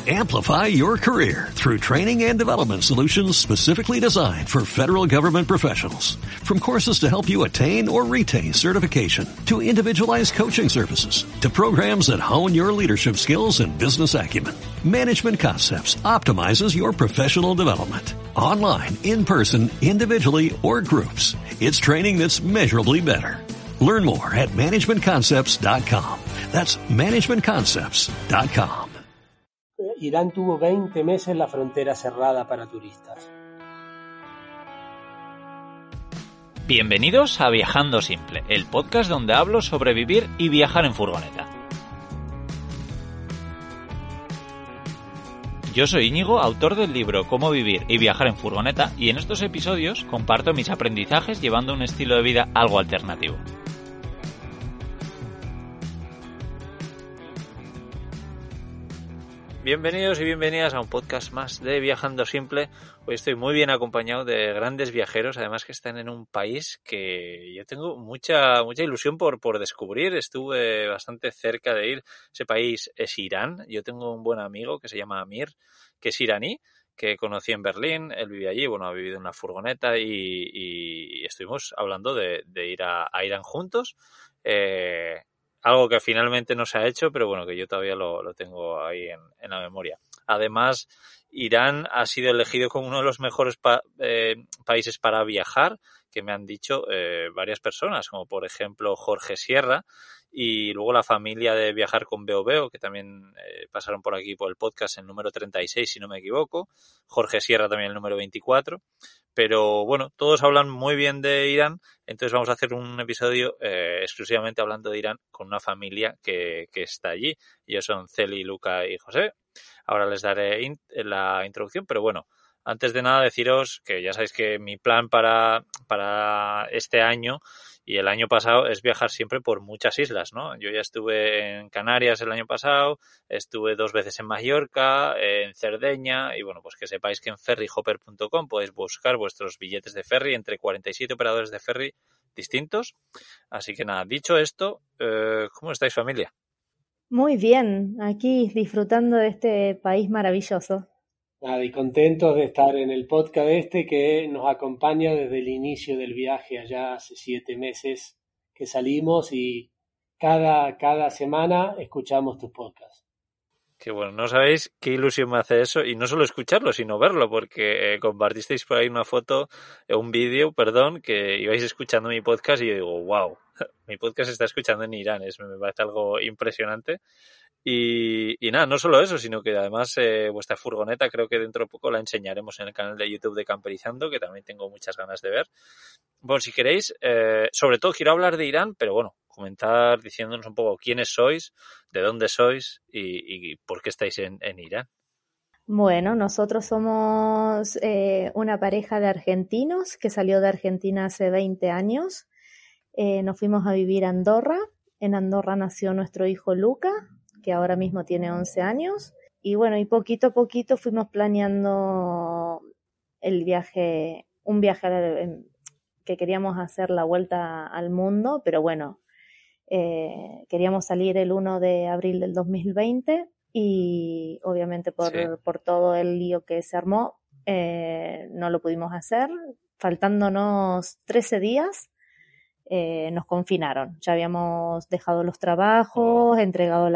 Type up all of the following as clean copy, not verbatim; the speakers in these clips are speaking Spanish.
Amplify your career through training and development solutions specifically designed for federal government professionals. From courses to help you attain or retain certification, to individualized coaching services, to programs that hone your leadership skills and business acumen, Management Concepts optimizes your professional development. Online, in person, individually, or groups, it's training that's measurably better. Learn more at managementconcepts.com. That's managementconcepts.com. Irán tuvo 20 meses la frontera cerrada para turistas. Bienvenidos a Viajando Simple, el podcast donde hablo sobre vivir y viajar en furgoneta. Yo soy Íñigo, autor del libro Cómo vivir y viajar en furgoneta, y en estos episodios comparto mis aprendizajes llevando un estilo de vida algo alternativo. Bienvenidos y bienvenidas a un podcast más de Viajando Simple. Hoy estoy muy bien acompañado de grandes viajeros, además que están en un país que yo tengo mucha ilusión por descubrir. Estuve bastante cerca de ir. Ese país es Irán. Yo tengo un buen amigo que se llama Amir, que es iraní, que conocí en Berlín. Él vive allí, ha vivido en una furgoneta y estuvimos hablando de ir a Irán juntos. Algo que finalmente no se ha hecho, pero bueno, que yo todavía lo tengo ahí en la memoria. Además, Irán ha sido elegido como uno de los mejores países para viajar, que me han dicho varias personas, como por ejemplo Jorge Sierra, y luego la familia de Viajar con Beo Beo, que también pasaron por aquí por el podcast, el número 36, si no me equivoco. Jorge Sierra también el número 24. Pero bueno, todos hablan muy bien de Irán, entonces vamos a hacer un episodio exclusivamente hablando de Irán con una familia que está allí. Ellos son Celi, Luca y José. Ahora les daré la introducción, pero bueno, antes de nada deciros que ya sabéis que mi plan para este año y el año pasado es viajar siempre por muchas islas, ¿no? Yo ya estuve en Canarias el año pasado, estuve 2 veces en Mallorca, en Cerdeña, y bueno, pues que sepáis que en ferryhopper.com podéis buscar vuestros billetes de ferry entre 47 operadores de ferry distintos. Así que nada, dicho esto, ¿cómo estáis, familia? Muy bien, aquí disfrutando de este país maravilloso. Nada, y contentos de estar en el podcast que nos acompaña desde el inicio del viaje, allá hace 7 meses que salimos, y cada semana escuchamos tus podcasts. Que bueno, no sabéis qué ilusión me hace eso, y no solo escucharlo, sino verlo, porque compartisteis por ahí una foto, un vídeo, perdón, que ibais escuchando mi podcast y yo digo, wow, mi podcast se está escuchando en Irán, me parece algo impresionante. Y nada, no solo eso, sino que además vuestra furgoneta creo que dentro de poco la enseñaremos en el canal de YouTube de Camperizando, que también tengo muchas ganas de ver. Bueno, si queréis, sobre todo quiero hablar de Irán, pero bueno, comentar diciéndonos un poco quiénes sois, de dónde sois y por qué estáis en Irán. Bueno, nosotros somos una pareja de argentinos que salió de Argentina hace 20 años. Nos fuimos a vivir a Andorra. En Andorra nació nuestro hijo Luca, que ahora mismo tiene 11 años. Y bueno, y poquito a poquito fuimos planeando un viaje que queríamos hacer la vuelta al mundo, pero bueno, queríamos salir el 1 de abril del 2020 y obviamente por todo el lío que se armó, no lo pudimos hacer. Faltándonos 13 días, nos confinaron. Ya habíamos dejado los trabajos, entregado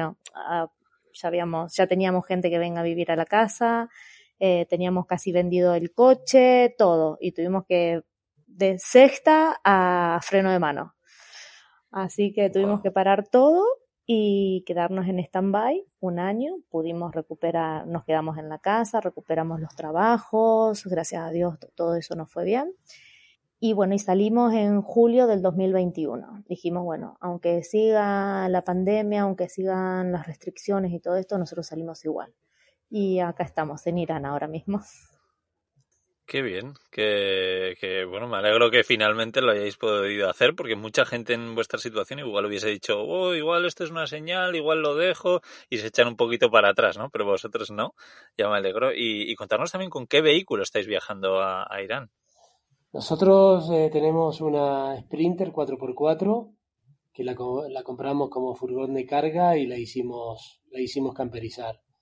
ya teníamos gente que venga a vivir a la casa, teníamos casi vendido el coche, todo, y tuvimos que de sexta a freno de mano. Así que tuvimos que parar todo y quedarnos en stand-by 1 año. Pudimos recuperar, nos quedamos en la casa, recuperamos los trabajos, gracias a Dios todo eso nos fue bien. Y bueno, y salimos en julio del 2021. Dijimos, bueno, aunque siga la pandemia, aunque sigan las restricciones y todo esto, nosotros salimos igual. Y acá estamos, en Irán ahora mismo. Qué bien, que bueno, me alegro que finalmente lo hayáis podido hacer, porque mucha gente en vuestra situación igual hubiese dicho, igual esto es una señal, igual lo dejo, y se echan un poquito para atrás, ¿no? Pero vosotros no, ya me alegro. Y contarnos también con qué vehículo estáis viajando a Irán. Nosotros tenemos una Sprinter 4x4 que la compramos como furgón de carga y la hicimos camperizar.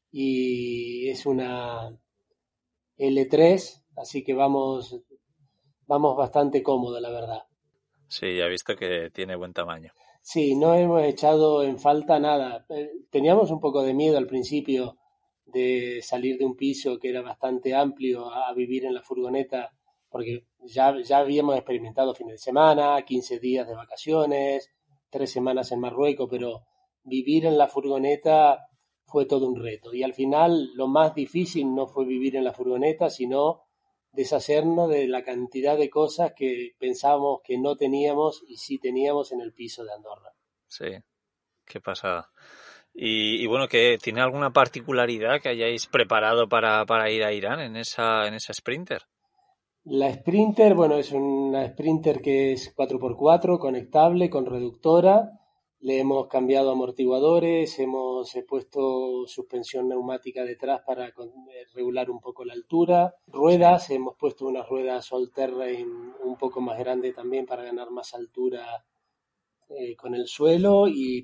y es una L3, así que vamos bastante cómodo, la verdad. Sí, ya he visto que tiene buen tamaño. Sí, no hemos echado en falta nada. Teníamos un poco de miedo al principio de salir de un piso que era bastante amplio a vivir en la furgoneta, porque ya habíamos experimentado fines de semana, 15 días de vacaciones, 3 semanas en Marruecos, pero vivir en la furgoneta fue todo un reto. Y al final lo más difícil no fue vivir en la furgoneta, sino deshacernos de la cantidad de cosas que pensábamos que no teníamos y sí teníamos en el piso de Andorra. Sí, qué pasada. Y bueno, ¿que tiene alguna particularidad que hayáis preparado para ir a Irán en esa Sprinter? La Sprinter, bueno, es una Sprinter que es 4x4, conectable, con reductora. Le hemos cambiado amortiguadores, hemos puesto suspensión neumática detrás para regular un poco la altura. Ruedas, Sí. hemos puesto unas ruedas all terrain un poco más grandes también para ganar más altura con el suelo, y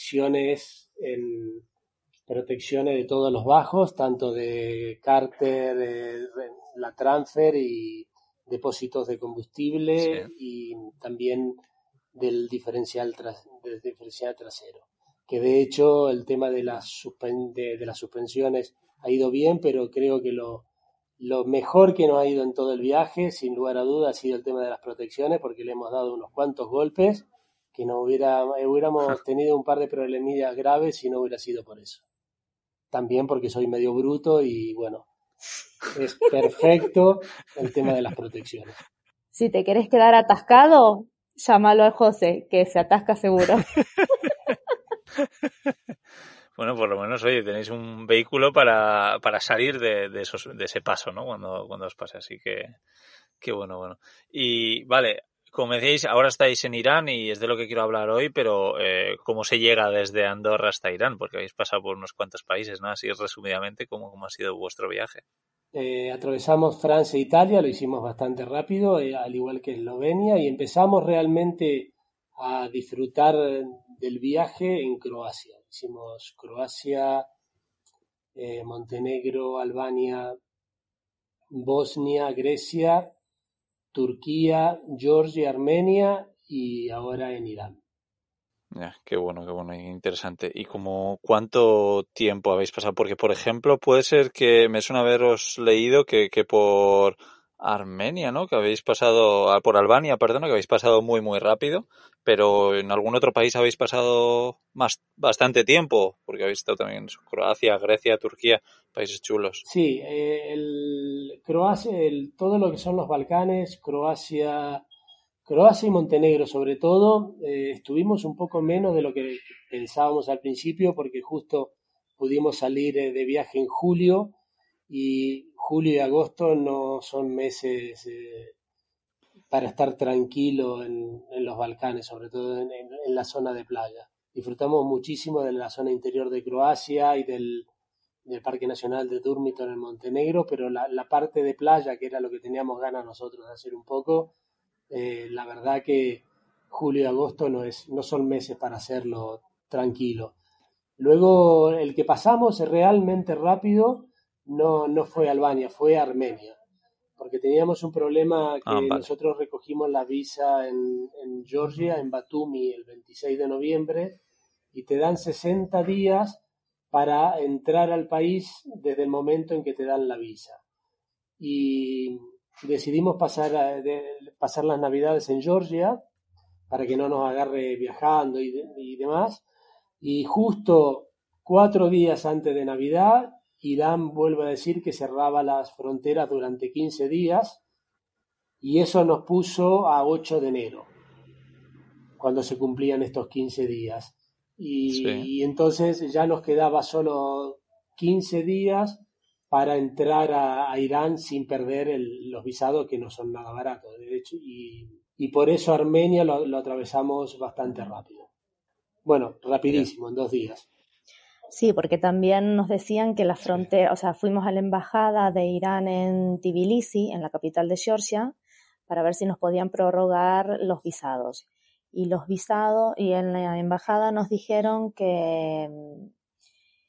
protecciones de todos los bajos, tanto de cárter, la transfer y depósitos de Sí. combustible, y también del del diferencial trasero. Que de hecho el tema de de las suspensiones ha ido bien, pero creo que lo mejor que nos ha ido en todo el viaje, sin lugar a dudas, ha sido el tema de las protecciones, porque le hemos dado unos cuantos golpes que hubiéramos tenido un par de problemillas graves si no hubiera sido por eso. También porque soy medio bruto y bueno, es perfecto el tema de las protecciones. Si te querés quedar atascado, llámalo al José, que se atasca seguro. Bueno, por lo menos, oye, tenéis un vehículo para salir de ese paso, ¿no? Cuando os pase, así que bueno. Y vale, como me decíais, ahora estáis en Irán y es de lo que quiero hablar hoy, pero ¿cómo se llega desde Andorra hasta Irán? Porque habéis pasado por unos cuantos países, ¿no? Así resumidamente, ¿cómo ha sido vuestro viaje? Atravesamos Francia e Italia, lo hicimos bastante rápido, al igual que Eslovenia, y empezamos realmente a disfrutar del viaje en Croacia. Hicimos Croacia, Montenegro, Albania, Bosnia, Grecia, Turquía, Georgia, Armenia y ahora en Irán. Ya, qué bueno, interesante. ¿Y como cuánto tiempo habéis pasado? Porque, por ejemplo, puede ser que me suena haberos leído que por Armenia, ¿no? Que habéis pasado, por Albania, perdona, que habéis pasado muy, muy rápido, pero en algún otro país habéis pasado bastante tiempo, porque habéis estado también en Croacia, Grecia, Turquía, países chulos. Sí, Croacia, todo lo que son los Balcanes, Croacia y Montenegro sobre todo, estuvimos un poco menos de lo que pensábamos al principio, porque justo pudimos salir de viaje en julio, y julio y agosto no son meses para estar tranquilo en los Balcanes, sobre todo en la zona de playa. Disfrutamos muchísimo de la zona interior de Croacia y del Parque Nacional de Durmitor en Montenegro, pero la parte de playa, que era lo que teníamos ganas nosotros de hacer un poco, la verdad que julio y agosto no son meses para hacerlo tranquilo. Luego, el que pasamos realmente rápido no fue Albania, fue Armenia, porque teníamos un problema Ah, que vale. nosotros recogimos la visa en Georgia, en Batumi, el 26 de noviembre, y te dan 60 días para entrar al país desde el momento en que te dan la visa. Y decidimos pasar las Navidades en Georgia para que no nos agarre viajando y demás. Y justo 4 días antes de Navidad, Irán vuelve a decir que cerraba las fronteras durante 15 días, y eso nos puso a 8 de enero, cuando se cumplían estos 15 días. Sí. Y entonces ya nos quedaba solo 15 días para entrar a Irán sin perder los visados, que no son nada baratos, de hecho, y por eso Armenia lo atravesamos bastante rápido. Bueno, Ya. rapidísimo, en 2 días. Sí, porque también nos decían que la Sí. frontera, o sea, fuimos a la embajada de Irán en Tbilisi, en la capital de Georgia, para ver si nos podían prorrogar los visados. Y en la embajada nos dijeron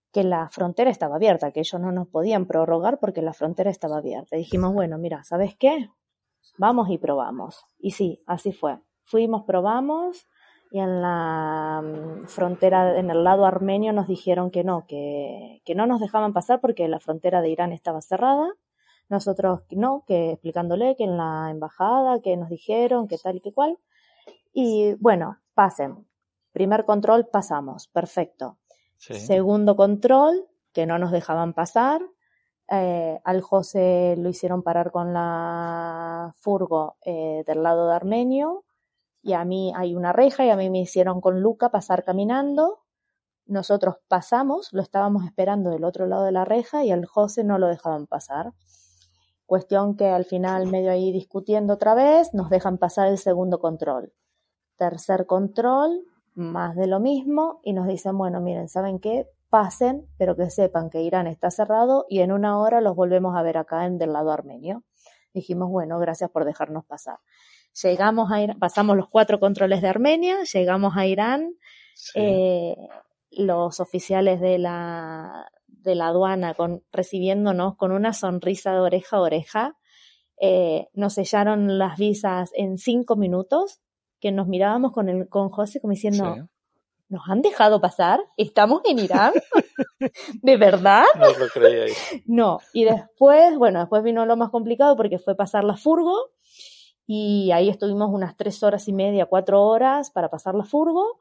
que la frontera estaba abierta, que ellos no nos podían prorrogar porque la frontera estaba abierta. Y dijimos, bueno, mira, ¿sabes qué? Vamos y probamos. Y sí, así fue. Fuimos, probamos, y en la frontera, en el lado armenio, nos dijeron que no nos dejaban pasar porque la frontera de Irán estaba cerrada. Nosotros no, que explicándole que en la embajada, que nos dijeron, que tal y que cual. Y bueno, pasen. Primer control, pasamos. Perfecto. Sí. Segundo control, que no nos dejaban pasar. Al José lo hicieron parar con la furgo del lado de armenio, y a mí hay una reja, y a mí me hicieron con Luca pasar caminando. Nosotros pasamos, lo estábamos esperando del otro lado de la reja, y al José no lo dejaban pasar. Cuestión que al final, medio ahí discutiendo otra vez, nos dejan pasar el segundo control. Tercer control, más de lo mismo, y nos dicen, bueno, miren, ¿saben qué? Pasen, pero que sepan que Irán está cerrado y en 1 hora los volvemos a ver acá del lado armenio. Dijimos, bueno, gracias por dejarnos pasar. Llegamos a Irán, pasamos los 4 controles de Armenia, llegamos a Irán, sí. Los oficiales de la aduana recibiéndonos con una sonrisa de oreja a oreja, nos sellaron las visas en 5 minutos, que nos mirábamos con José como diciendo, sí. ¿Nos han dejado pasar? ¿Estamos en Irán? ¿De verdad? No os lo creíais. No, y después vino lo más complicado porque fue pasar la furgo, y ahí estuvimos unas 3 horas y media, 4 horas para pasar la furgo,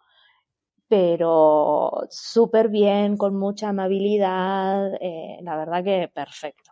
pero súper bien, con mucha amabilidad, la verdad que perfecto.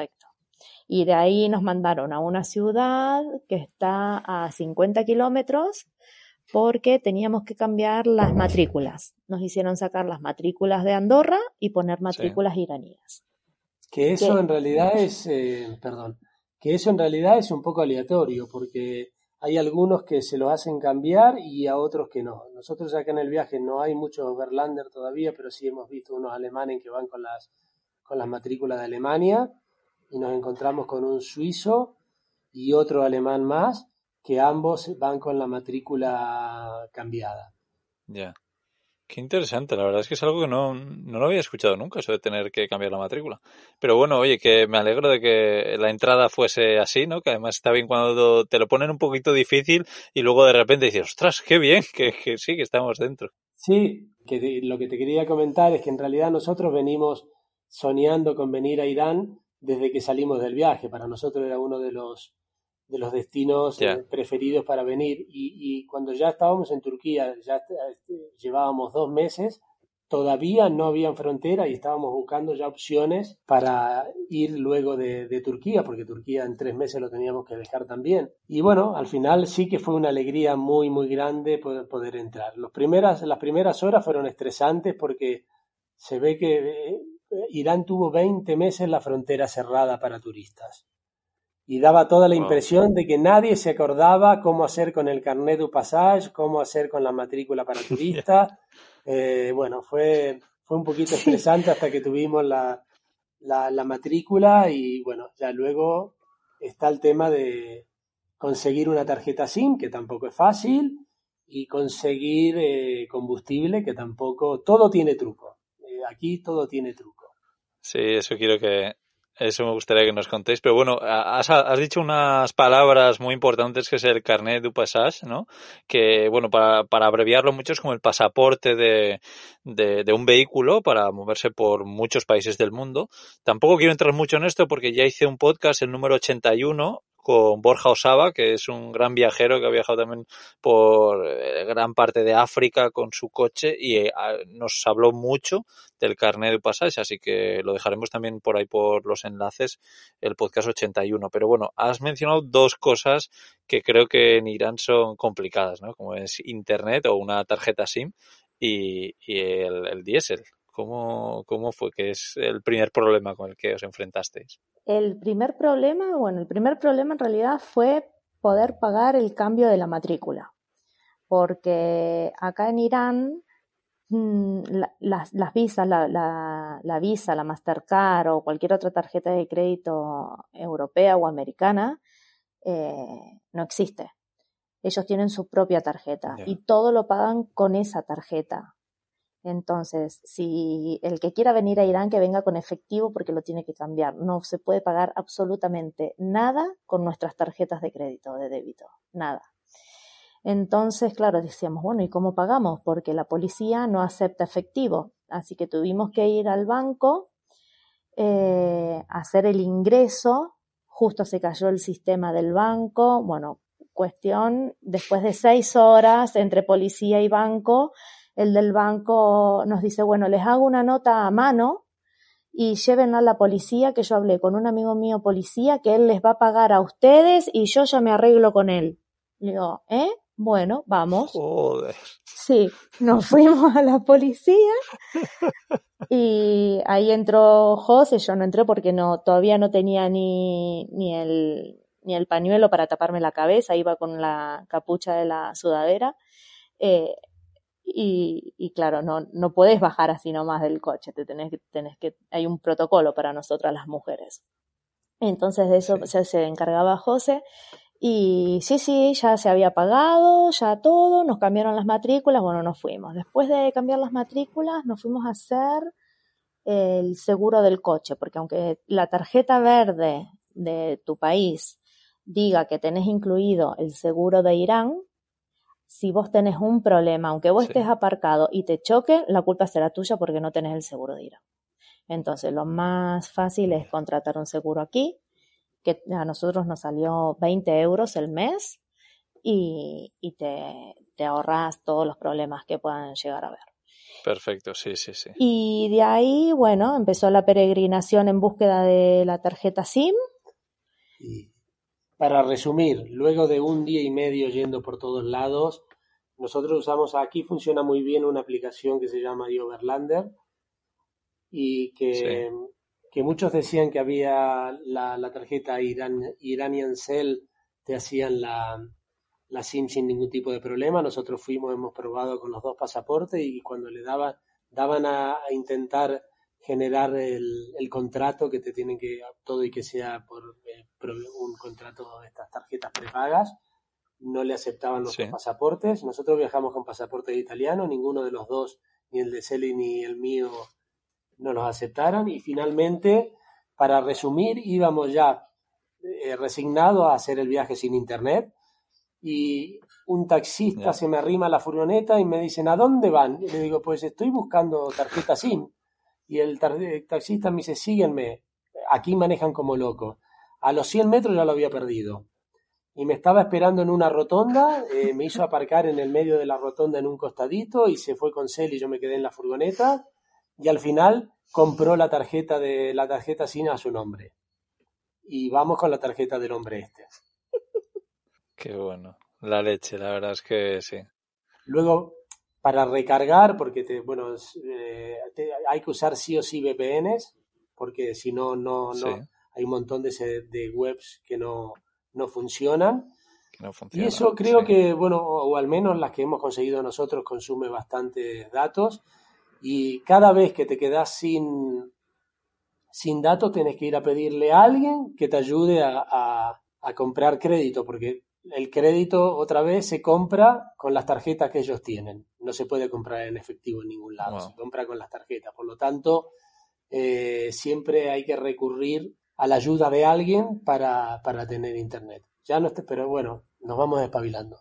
Y de ahí nos mandaron a una ciudad que está a 50 kilómetros, porque teníamos que cambiar las matrículas. Nos hicieron sacar las matrículas de Andorra y poner matrículas iraníes. Que eso en realidad es, que eso en realidad es un poco aleatorio, porque hay algunos que se lo hacen cambiar y a otros que no. Nosotros acá en el viaje no hay muchos overlander todavía, pero sí hemos visto unos alemanes que van con las matrículas de Alemania, y nos encontramos con un suizo y otro alemán más, que ambos van con la matrícula cambiada. Ya. Qué interesante, la verdad es que es algo que no lo había escuchado nunca, eso de tener que cambiar la matrícula. Pero bueno, oye, que me alegro de que la entrada fuese así, ¿no? Que además está bien cuando te lo ponen un poquito difícil y luego de repente dices, ostras, qué bien, que sí, que estamos dentro. Sí, lo que te quería comentar es que en realidad nosotros venimos soñando con venir a Irán desde que salimos del viaje. Para nosotros era uno de los destinos preferidos para venir, y cuando ya estábamos en Turquía, ya llevábamos 2 meses, todavía no habían frontera y estábamos buscando ya opciones para ir luego de Turquía, porque Turquía en 3 meses lo teníamos que dejar también. Y bueno, al final sí que fue una alegría muy, muy grande poder entrar. Las primeras horas fueron estresantes porque se ve que Irán tuvo 20 meses la frontera cerrada para turistas. Y daba toda la impresión de que nadie se acordaba cómo hacer con el carnet du passage, cómo hacer con la matrícula para turistas. Fue un poquito estresante hasta que tuvimos la matrícula, y bueno, ya luego está el tema de conseguir una tarjeta SIM, que tampoco es fácil, y conseguir combustible, que tampoco, todo tiene truco. Aquí todo tiene truco. Sí, eso me gustaría que nos contéis, pero bueno, has dicho unas palabras muy importantes, que es el carnet du passage, ¿no? Que, bueno, para abreviarlo mucho, es como el pasaporte de un vehículo para moverse por muchos países del mundo. Tampoco quiero entrar mucho en esto porque ya hice un podcast, el número 81, con Borja Osaba, que es un gran viajero que ha viajado también por gran parte de África con su coche, y nos habló mucho del carnet de pasaje, así que lo dejaremos también por ahí por los enlaces, el podcast 81. Pero bueno, has mencionado 2 cosas que creo que en Irán son complicadas, ¿no? Como es internet o una tarjeta SIM y el diésel. ¿Cómo fue? ¿Qué es el primer problema con el que os enfrentasteis? El primer problema en realidad fue poder pagar el cambio de la matrícula, porque acá en Irán las visas, la Visa, la Mastercard o cualquier otra tarjeta de crédito europea o americana no existe. Ellos tienen su propia tarjeta y todo lo pagan con esa tarjeta. Entonces, si el que quiera venir a Irán, que venga con efectivo porque lo tiene que cambiar. No se puede pagar absolutamente nada con nuestras tarjetas de crédito o de débito, nada. Entonces, claro, decíamos, bueno, ¿y cómo pagamos? Porque la policía no acepta efectivo. Así que tuvimos que ir al banco, hacer el ingreso. Justo se cayó el sistema del banco. Bueno, cuestión, después de 6 horas entre policía y banco, el del banco nos dice, bueno, les hago una nota a mano y llévenla a la policía, que yo hablé con un amigo mío policía, que él les va a pagar a ustedes y yo ya me arreglo con él. Le digo, bueno, vamos. Joder. Sí, nos fuimos a la policía y ahí entró José. Yo no entré porque todavía no tenía ni el pañuelo para taparme la cabeza, iba con la capucha de la sudadera. Y claro, no podés bajar así nomás del coche, hay un protocolo para nosotras las mujeres. Entonces de eso se encargaba José. Y sí, ya se había pagado, ya todo, nos cambiaron las matrículas, bueno, nos fuimos. Después de cambiar las matrículas, nos fuimos a hacer el seguro del coche, porque aunque la tarjeta verde de tu país diga que tenés incluido el seguro de Irán, si vos tenés un problema, aunque vos estés aparcado y te choque, la culpa será tuya porque no tenés el seguro de Irán. Entonces, lo más fácil es contratar un seguro aquí, que a nosotros nos salió 20 euros el mes y te ahorras todos los problemas que puedan llegar a haber. Perfecto, sí. Y de ahí, bueno, empezó la peregrinación en búsqueda de la tarjeta SIM. Y para resumir, luego de un día y medio yendo por todos lados, nosotros usamos, aquí funciona muy bien una aplicación que se llama iOverlander y que muchos decían que había la tarjeta Iranian Cell, te hacían la SIM sin ningún tipo de problema. Nosotros hemos probado con los 2 pasaportes y cuando le daban a intentar generar el contrato que te tienen que todo y que sea por un contrato de estas tarjetas prepagas, no le aceptaban nuestros pasaportes. Nosotros viajamos con pasaporte italiano, ninguno de los dos, ni el de Celi ni el mío, no los aceptaron y finalmente, para resumir, íbamos ya resignados a hacer el viaje sin internet y un taxista se me arrima a la furgoneta y me dicen, ¿a dónde van? Y le digo, pues estoy buscando tarjeta SIM. Y el taxista me dice, síguenme, aquí manejan como loco. A los 100 metros ya lo había perdido. Y me estaba esperando en una rotonda, me hizo aparcar en el medio de la rotonda en un costadito y se fue con Cel y yo me quedé en la furgoneta. Y al final compró la tarjeta SIM a su nombre. Y vamos con la tarjeta del hombre este. Qué bueno. La leche, la verdad es que sí. Luego, para recargar, porque hay que usar sí o sí VPNs, porque si no hay un montón de webs que no funcionan. Y eso creo que, o al menos las que hemos conseguido nosotros, consume bastantes datos. Y cada vez que te quedas sin datos, tienes que ir a pedirle a alguien que te ayude a comprar crédito, porque el crédito otra vez se compra con las tarjetas que ellos tienen. No se puede comprar en efectivo en ningún lado, se compra con las tarjetas. Por lo tanto, siempre hay que recurrir a la ayuda de alguien para tener internet. Pero bueno, nos vamos despabilando.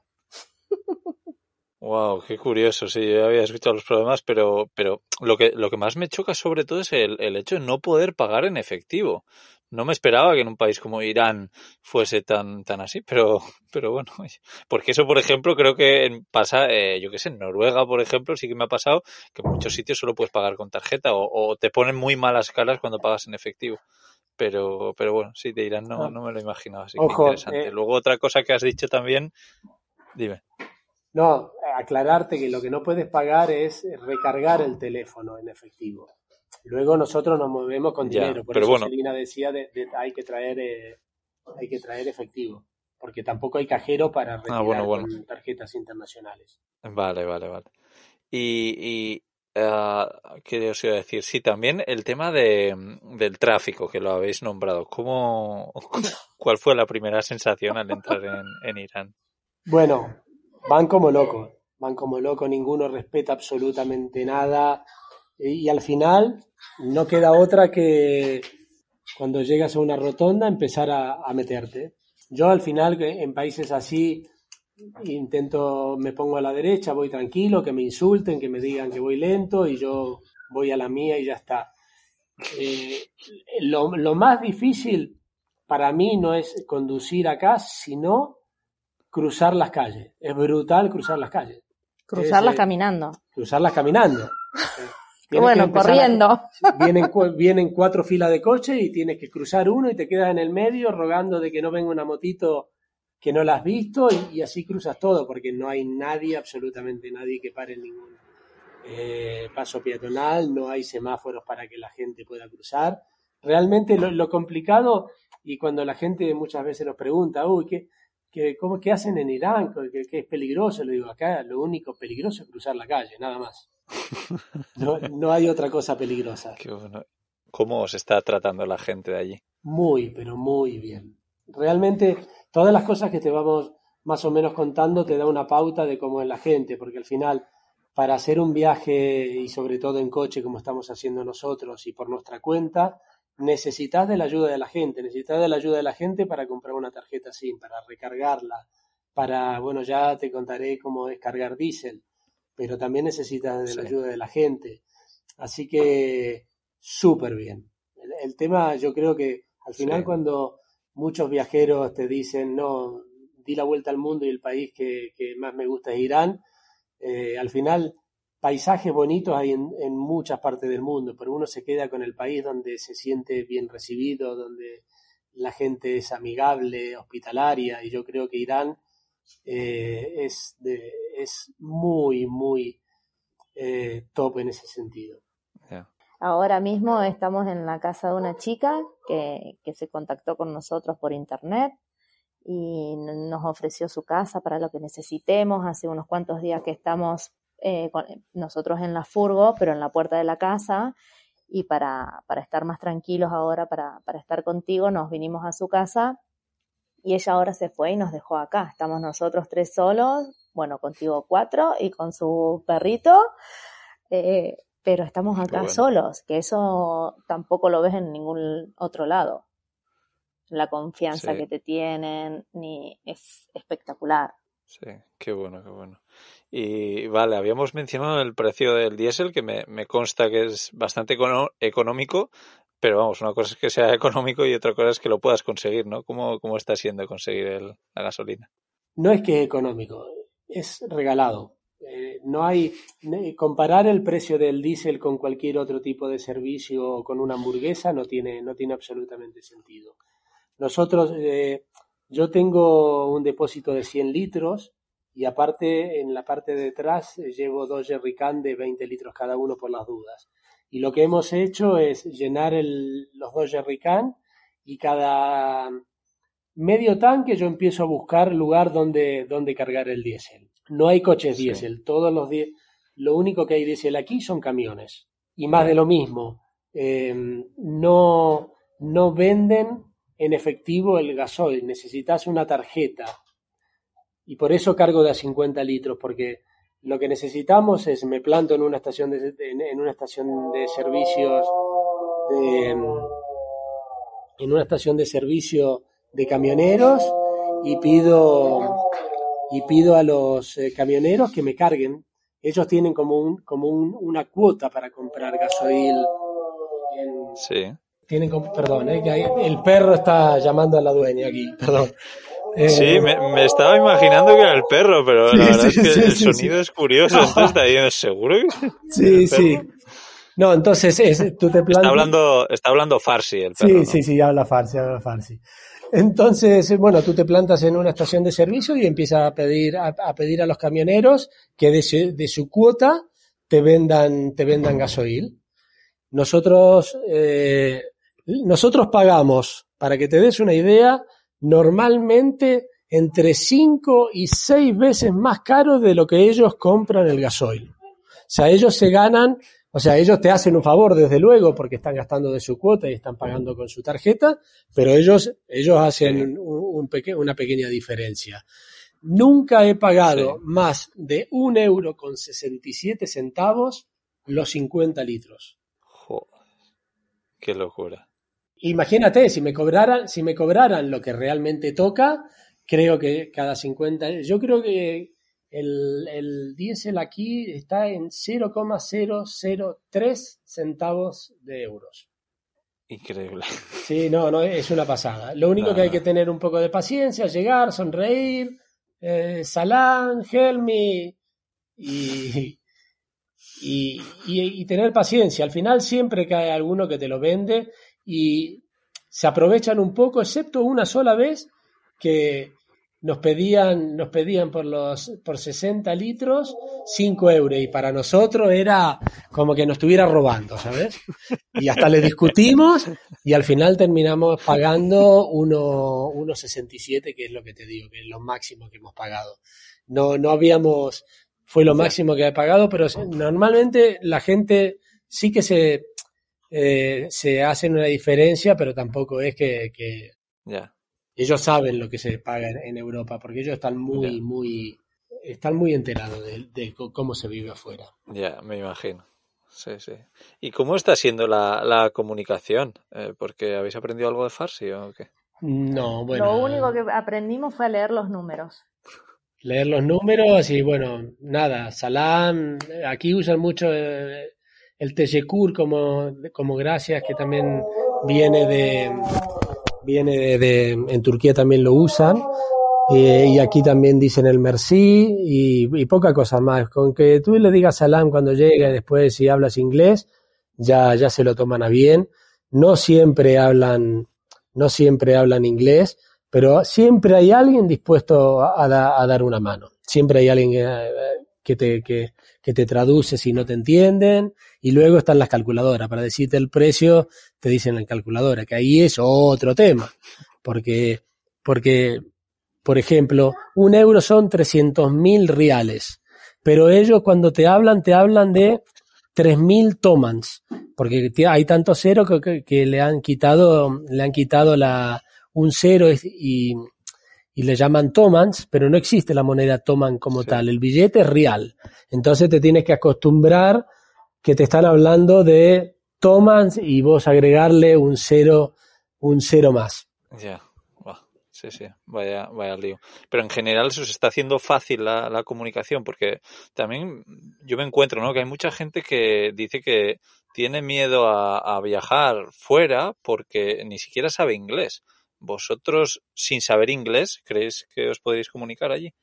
Wow, qué curioso. Sí, yo había escuchado los problemas, pero lo que más me choca sobre todo es el hecho de no poder pagar en efectivo. No me esperaba que en un país como Irán fuese tan así, pero bueno, porque eso, por ejemplo, creo que pasa, yo qué sé, en Noruega, por ejemplo, sí que me ha pasado que en muchos sitios solo puedes pagar con tarjeta o te ponen muy malas caras cuando pagas en efectivo. Pero bueno, sí, de Irán no me lo imaginaba, así que interesante. Luego otra cosa que has dicho también, dime. No, aclararte que lo que no puedes pagar es recargar el teléfono en efectivo. Luego nosotros nos movemos con dinero, por eso Selina decía hay que traer efectivo, porque tampoco hay cajero para retirar con tarjetas internacionales. Vale. Y ¿qué os iba a decir? Sí, también el tema del tráfico, que lo habéis nombrado. ¿Cuál fue la primera sensación al entrar en Irán? Bueno, van como locos. van como locos, ninguno respeta absolutamente nada. Y al final no queda otra que cuando llegas a una rotonda empezar a meterte. Yo al final en países así me pongo a la derecha, voy tranquilo, que me insulten, que me digan que voy lento y yo voy a la mía y ya está. Lo más difícil para mí no es conducir acá, sino cruzar las calles. Es brutal cruzar las calles. Cruzarlas caminando. Cruzarlas caminando. Bueno, corriendo. Vienen 4 filas de coches y tienes que cruzar uno y te quedas en el medio rogando de que no venga una motito que no la has visto y así cruzas todo, porque no hay nadie, absolutamente nadie que pare en ningún paso peatonal, no hay semáforos para que la gente pueda cruzar. Realmente lo complicado, y cuando la gente muchas veces nos pregunta, ¿qué hacen en Irán? ¿Qué es peligroso? Le digo, acá lo único peligroso es cruzar la calle, nada más. No hay otra cosa peligrosa. Qué bueno. ¿Cómo os está tratando la gente de allí? Muy, pero muy bien. Realmente, todas las cosas que te vamos más o menos contando te da una pauta de cómo es la gente, porque al final, para hacer un viaje, y sobre todo en coche, como estamos haciendo nosotros, y por nuestra cuenta, necesitas de la ayuda de la gente para comprar una tarjeta SIM, para recargarla, bueno, ya te contaré cómo es cargar diésel, pero también necesitas de la ayuda de la gente. Así que súper bien. El tema, yo creo que al final cuando muchos viajeros te dicen, no, di la vuelta al mundo y el país que más me gusta es Irán, al final paisajes bonitos hay en muchas partes del mundo, pero uno se queda con el país donde se siente bien recibido, donde la gente es amigable, hospitalaria, y yo creo que Irán es muy, muy top en ese sentido. Yeah. Ahora mismo estamos en la casa de una chica que se contactó con nosotros por internet y nos ofreció su casa para lo que necesitemos. Hace unos cuantos días que estamos nosotros en la furgo, pero en la puerta de la casa, y para estar más tranquilos ahora, para estar contigo, nos vinimos a su casa y ella ahora se fue y nos dejó acá. Estamos nosotros 3 solos, bueno, contigo 4 y con su perrito, pero estamos acá solos, que eso tampoco lo ves en ningún otro lado. La confianza que te tienen, es espectacular. Sí, qué bueno, qué bueno. Y vale, habíamos mencionado el precio del diésel, que me consta que es bastante económico, pero vamos, una cosa es que sea económico y otra cosa es que lo puedas conseguir, ¿no? ¿Cómo está siendo conseguir la gasolina? No es que es económico, es regalado. No hay comparar el precio del diésel con cualquier otro tipo de servicio o con una hamburguesa no tiene absolutamente sentido. Nosotros, yo tengo un depósito de 100 litros y aparte en la parte de atrás llevo 2 jerrycans de 20 litros cada uno por las dudas. Y lo que hemos hecho es llenar los 2 jerrycans y cada medio tanque yo empiezo a buscar lugar donde cargar el diésel. No hay coches diésel, lo único que hay diésel aquí son camiones. Y más de lo mismo, no venden en efectivo el gasoil, necesitas una tarjeta. Y por eso cargo de a 50 litros, porque lo que necesitamos es, me planto en una estación de servicios, en una estación de servicio de camioneros y pido a los camioneros que me carguen. Ellos tienen como una cuota para comprar gasoil. Perdón, que el perro está llamando a la dueña aquí, perdón. Sí, me estaba imaginando que era el perro, pero la verdad es que el sonido es curioso, entonces está diciendo, ¿seguro que sí. No, entonces tú te plantas... Está hablando farsi el perro, Sí, habla farsi. Entonces, bueno, tú te plantas en una estación de servicio y empiezas a pedir a los camioneros que de su cuota te vendan gasoil. Nosotros pagamos, para que te des una idea, normalmente entre 5 y 6 veces más caro de lo que ellos compran el gasoil. O sea, ellos ellos te hacen un favor, desde luego, porque están gastando de su cuota y están pagando con su tarjeta, pero ellos hacen una pequeña diferencia. nunca he pagado más de €1,67 los 50 litros. Joder, qué locura. Imagínate, si me cobraran lo que realmente toca, creo que cada 50, yo creo que el diésel aquí está en 0,003 centavos de euros. Increíble. Sí, no, es una pasada. Lo único que hay que tener un poco de paciencia, llegar, sonreír, Salam, help me, y tener paciencia. Al final siempre cae alguno que te lo vende y se aprovechan un poco, excepto una sola vez que nos pedían por 60 litros 5 euros y para nosotros era como que nos estuviera robando, ¿sabes? Y hasta le discutimos y al final terminamos pagando 1,67, que es lo que te digo, que es lo máximo que hemos pagado. No habíamos, fue lo máximo que he pagado, pero normalmente la gente sí que se hacen una diferencia, pero tampoco es que ellos saben lo que se paga en Europa, porque ellos están muy enterados de cómo se vive afuera. Ya, me imagino. Sí. ¿Y cómo está siendo la comunicación? ¿Porque habéis aprendido algo de farsi o qué? No, bueno. Lo único que aprendimos fue a leer los números. Leer los números y bueno, nada, Salam, aquí usan mucho el teşekkür como gracias, que también viene de en Turquía también lo usan, y aquí también dicen el merci y poca cosa más. Con que tú le digas Salam cuando llega y después si hablas inglés, ya se lo toman a bien. No siempre hablan inglés, pero siempre hay alguien dispuesto a dar una mano. Siempre hay alguien que te traduce si no te entienden. Y luego están las calculadoras. Para decirte el precio, te dicen en calculadora, que ahí es otro tema. Porque por ejemplo, 1 euro son 300.000 riales. Pero ellos cuando te hablan de 3.000 tomans. Porque hay tantos ceros que le han quitado un cero y le llaman tomans, pero no existe la moneda toman como tal. El billete es real. Entonces te tienes que acostumbrar que te están hablando de tomans y vos agregarle un cero más. Ya, sí, vaya lío. Pero en general se os está haciendo fácil la comunicación, porque también yo me encuentro, ¿no?, que hay mucha gente que dice que tiene miedo a viajar fuera porque ni siquiera sabe inglés. ¿Vosotros, sin saber inglés, creéis que os podéis comunicar allí?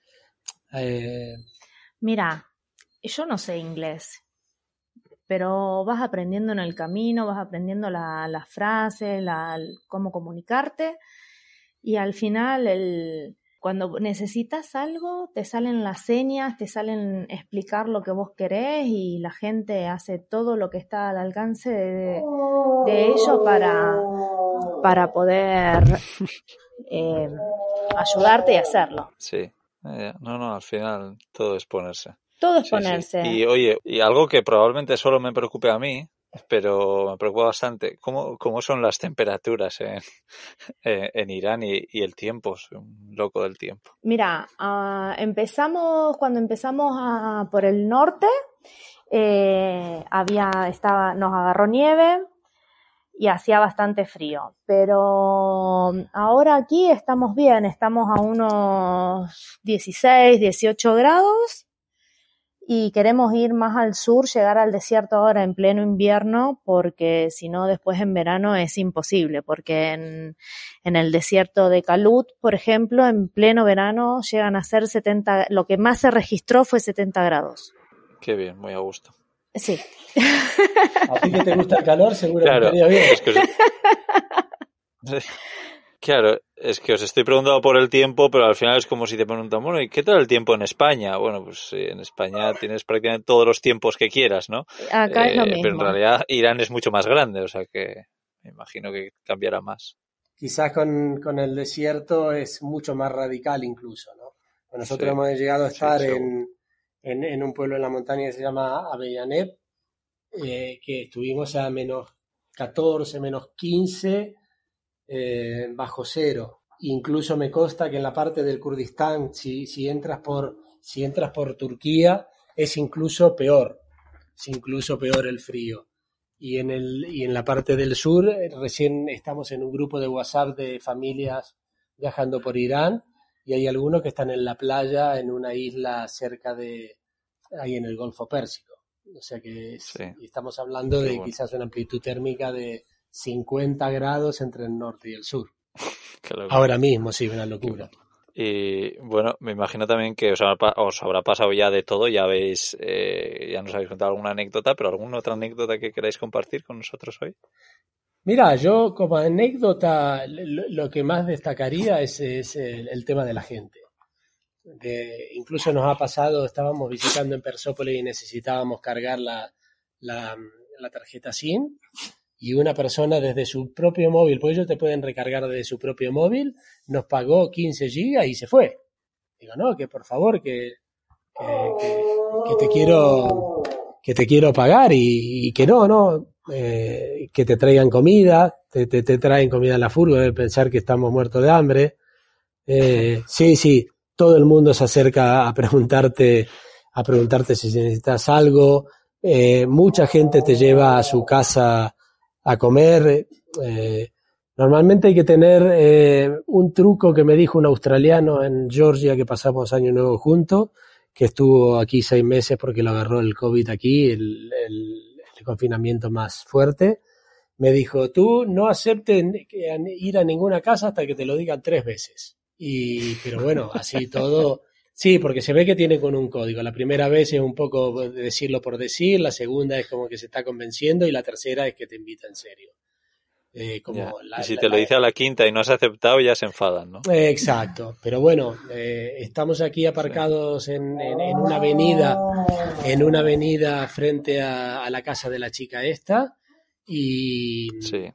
Mira, yo no sé inglés, pero vas aprendiendo en el camino, vas aprendiendo las frases, cómo comunicarte, y al final cuando necesitas algo te salen las señas, te salen explicar lo que vos querés y la gente hace todo lo que está al alcance de ellos para poder ayudarte y hacerlo. Sí, no, al final todo es ponerse. Todo es ponerse. Sí. Y oye, y algo que probablemente solo me preocupe a mí, pero me preocupa bastante, ¿cómo son las temperaturas en Irán y el tiempo? Soy un loco del tiempo. Mira, cuando empezamos por el norte, nos agarró nieve y hacía bastante frío, pero ahora aquí estamos bien, estamos a unos 16, 18 grados y queremos ir más al sur, llegar al desierto ahora en pleno invierno, porque si no después en verano es imposible, porque en el desierto de Calut, por ejemplo, en pleno verano llegan a ser 70, lo que más se registró fue 70 grados. Qué bien, muy a gusto. Sí. A ti que te gusta el calor, seguro claro, que estaría bien. Claro, es que os estoy preguntando por el tiempo, pero al final es como si te preguntan, bueno, ¿y qué tal el tiempo en España? Bueno, pues en España tienes prácticamente todos los tiempos que quieras, ¿no? Acá es lo mismo. Pero en realidad Irán es mucho más grande, o sea que me imagino que cambiará más. Quizás con el desierto es mucho más radical incluso, ¿no? Nosotros hemos llegado a estar en un pueblo en la montaña que se llama Avellanet, que estuvimos a menos 14, menos 15, bajo cero. incluso me consta que en la parte del Kurdistán, si entras por Turquía, es incluso peor el frío. Y en la parte del sur, recién estamos en un grupo de WhatsApp de familias viajando por Irán, y hay algunos que están en la playa, en una isla ahí en el Golfo Pérsico. O sea que estamos hablando de quizás una amplitud térmica de 50 grados entre el norte y el sur. Ahora mismo, sí, una locura. Y bueno, me imagino también que os habrá pasado ya de todo, ya nos habéis contado alguna anécdota, pero ¿alguna otra anécdota que queráis compartir con nosotros hoy? Mira, yo como anécdota lo que más destacaría es el tema de la gente. Incluso nos ha pasado, estábamos visitando en Persópolis y necesitábamos cargar la tarjeta SIM, y una persona desde su propio móvil, pues ellos te pueden recargar desde su propio móvil, nos pagó 15 gigas y se fue. Digo, no, que por favor, que te quiero pagar, y que no, que te traigan comida, te traen comida en la furgo, deben pensar que estamos muertos de hambre. Sí, todo el mundo se acerca a preguntarte si necesitas algo. Mucha gente te lleva a su casa a comer. Normalmente hay que tener un truco que me dijo un australiano en Georgia, que pasamos Año Nuevo juntos, que estuvo aquí 6 meses porque lo agarró el COVID aquí, el confinamiento más fuerte. Me dijo, tú no aceptes ir a ninguna casa hasta que te lo digan 3 veces. Pero bueno, así todo. Sí, porque se ve que tiene con un código. La primera vez es un poco decirlo por decir, la segunda es como que se está convenciendo, y la tercera es que te invita en serio. Y si te lo dice a la quinta y no has aceptado, ya se enfadan, ¿no? Exacto. Pero bueno, estamos aquí aparcados en una avenida frente a la casa de la chica esta, y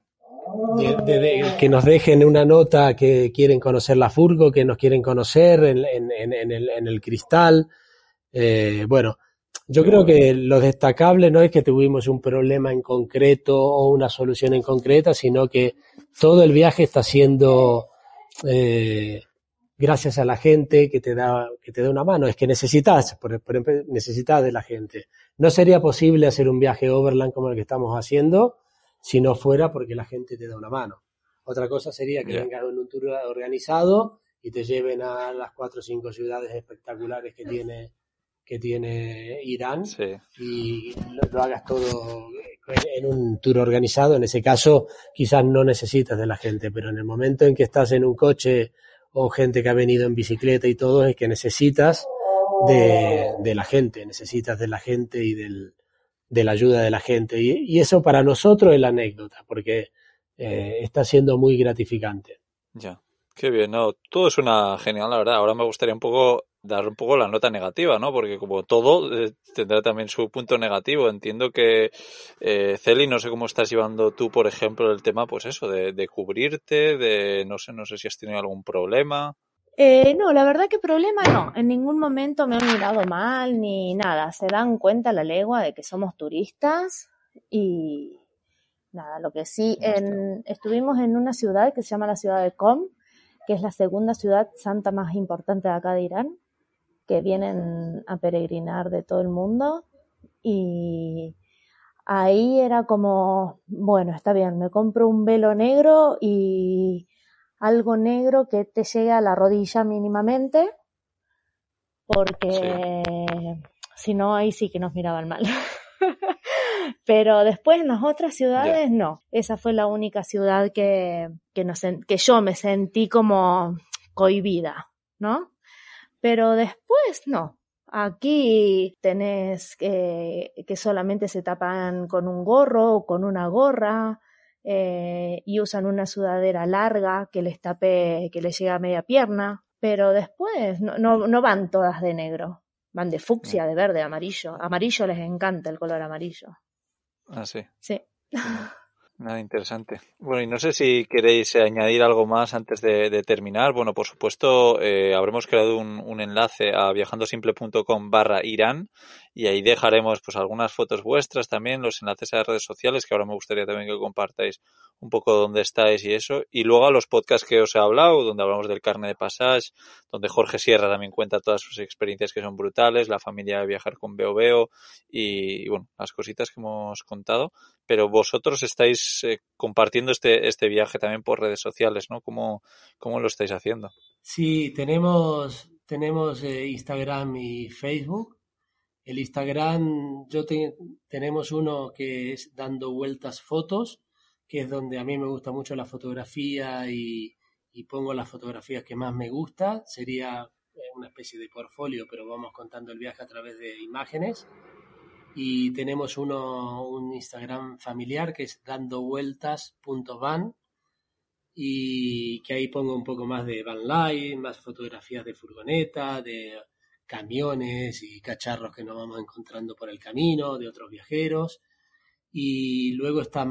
que nos dejen una nota que quieren conocer la furgo, que nos quieren conocer en el cristal. Bueno, yo creo que lo destacable no es que tuvimos un problema en concreto o una solución en concreta, sino que todo el viaje está siendo gracias a la gente que te da una mano. Es que necesitas, por ejemplo, necesitas de la gente. No sería posible hacer un viaje overland como el que estamos haciendo si no fuera porque la gente te da una mano. Otra cosa sería que vengas en un tour organizado y te lleven a las 4 o 5 ciudades espectaculares que tiene Irán, y lo hagas todo en un tour organizado. En ese caso quizás no necesitas de la gente, pero en el momento en que estás en un coche o gente que ha venido en bicicleta y todo, es que necesitas de la gente, y de la ayuda de la gente, y eso para nosotros es la anécdota, porque está siendo muy gratificante. Ya, qué bien, ¿no? Todo suena genial, la verdad. Ahora me gustaría dar un poco la nota negativa, ¿no? Porque como todo tendrá también su punto negativo. Entiendo que, Celi, no sé cómo estás llevando tú, por ejemplo, el tema, pues eso, de cubrirte, no sé si has tenido algún problema. No, la verdad que problema no. En ningún momento me han mirado mal ni nada. Se dan cuenta a la legua de que somos turistas y nada, lo que sí, estuvimos en una ciudad que se llama la ciudad de Qom, que es la segunda ciudad santa más importante de acá de Irán, que vienen a peregrinar de todo el mundo, y ahí era como, bueno, está bien, me compro un velo negro y algo negro que te llegue a la rodilla mínimamente, porque si no, ahí sí que nos miraban mal. Pero después en las otras ciudades no. Esa fue la única ciudad que yo me sentí como cohibida, ¿no? Pero después no. Aquí tenés que solamente se tapan con un gorro o con una gorra, y usan una sudadera larga que les tape, que les llega a media pierna. Pero después no van todas de negro. Van de fucsia, de verde, amarillo. Amarillo les encanta el color amarillo. Ah, sí. Sí. Nada, interesante. Bueno, y no sé si queréis añadir algo más antes de terminar. Bueno, por supuesto, habremos creado un enlace a viajandosimple.com/Irán y ahí dejaremos pues algunas fotos vuestras también, los enlaces a las redes sociales, que ahora me gustaría también que compartáis un poco dónde estáis y eso. Y luego a los podcasts que os he hablado, donde hablamos del Carnet de Passage, donde Jorge Sierra también cuenta todas sus experiencias que son brutales, la familia de viajar con Veo Veo y bueno, las cositas que hemos contado. Pero vosotros estáis compartiendo este viaje también por redes sociales, ¿no? ¿Cómo lo estáis haciendo? Sí, tenemos Instagram y Facebook. El Instagram, tenemos uno que es Dando Vueltas Fotos, que es donde a mí me gusta mucho la fotografía y pongo las fotografías que más me gusta. Sería una especie de portfolio, pero vamos contando el viaje a través de imágenes. Y tenemos un Instagram familiar que es dandovueltas.van y que ahí pongo un poco más de van life, más fotografías de furgoneta, de camiones y cacharros que nos vamos encontrando por el camino, de otros viajeros. Y luego está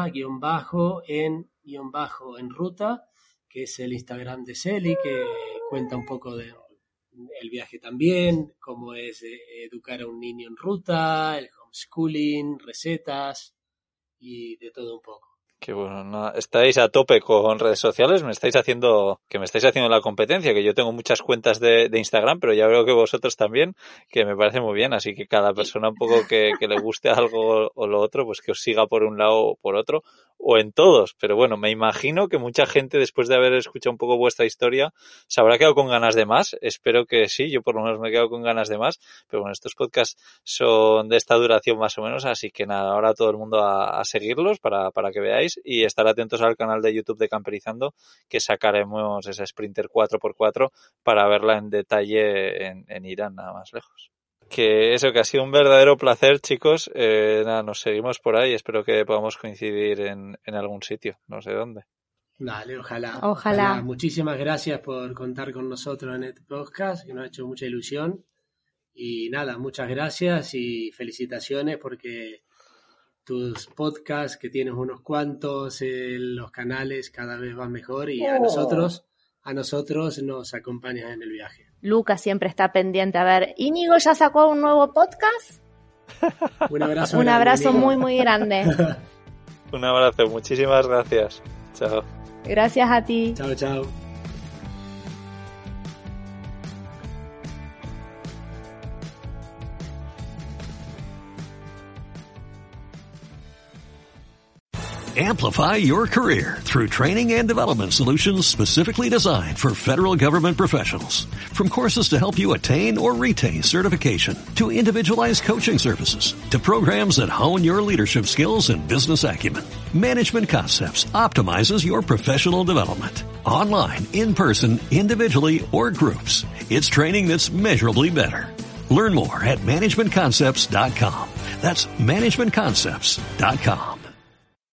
mamá-en ruta, que es el Instagram de Celi, que cuenta un poco de el viaje también, cómo es educar a un niño en ruta, el homeschooling, recetas y de todo un poco. Que bueno, no, estáis a tope con redes sociales, me estáis haciendo la competencia, que yo tengo muchas cuentas de Instagram, pero ya veo que vosotros también, que me parece muy bien, así que cada persona un poco que le guste algo o lo otro, pues que os siga por un lado o por otro, o en todos, pero bueno, me imagino que mucha gente después de haber escuchado un poco vuestra historia se habrá quedado con ganas de más, espero que sí, yo por lo menos me he quedado con ganas de más, pero bueno, estos podcasts son de esta duración más o menos, así que nada, ahora todo el mundo a seguirlos para que veáis y estar atentos al canal de YouTube de Camperizando, que sacaremos esa Sprinter 4x4 para verla en detalle en Irán, nada más lejos. Que ha sido un verdadero placer, chicos. Nada, nos seguimos por ahí. Espero que podamos coincidir en algún sitio, no sé dónde. Dale, ojalá. Muchísimas gracias por contar con nosotros en este podcast, que nos ha hecho mucha ilusión. Y nada, muchas gracias y felicitaciones porque tus podcasts, que tienes unos cuantos, los canales cada vez van mejor y a nosotros nos acompañas en el viaje. Lucas siempre está pendiente. A ver, ¿Íñigo ya sacó un nuevo podcast? Un abrazo. Un abrazo muy, muy grande. Un abrazo, muchísimas gracias. Chao. Gracias a ti. Chao. Amplify your career through training and development solutions specifically designed for federal government professionals. From courses to help you attain or retain certification, to individualized coaching services, to programs that hone your leadership skills and business acumen, Management Concepts optimizes your professional development. Online, in person, individually, or groups, it's training that's measurably better. Learn more at managementconcepts.com. That's managementconcepts.com.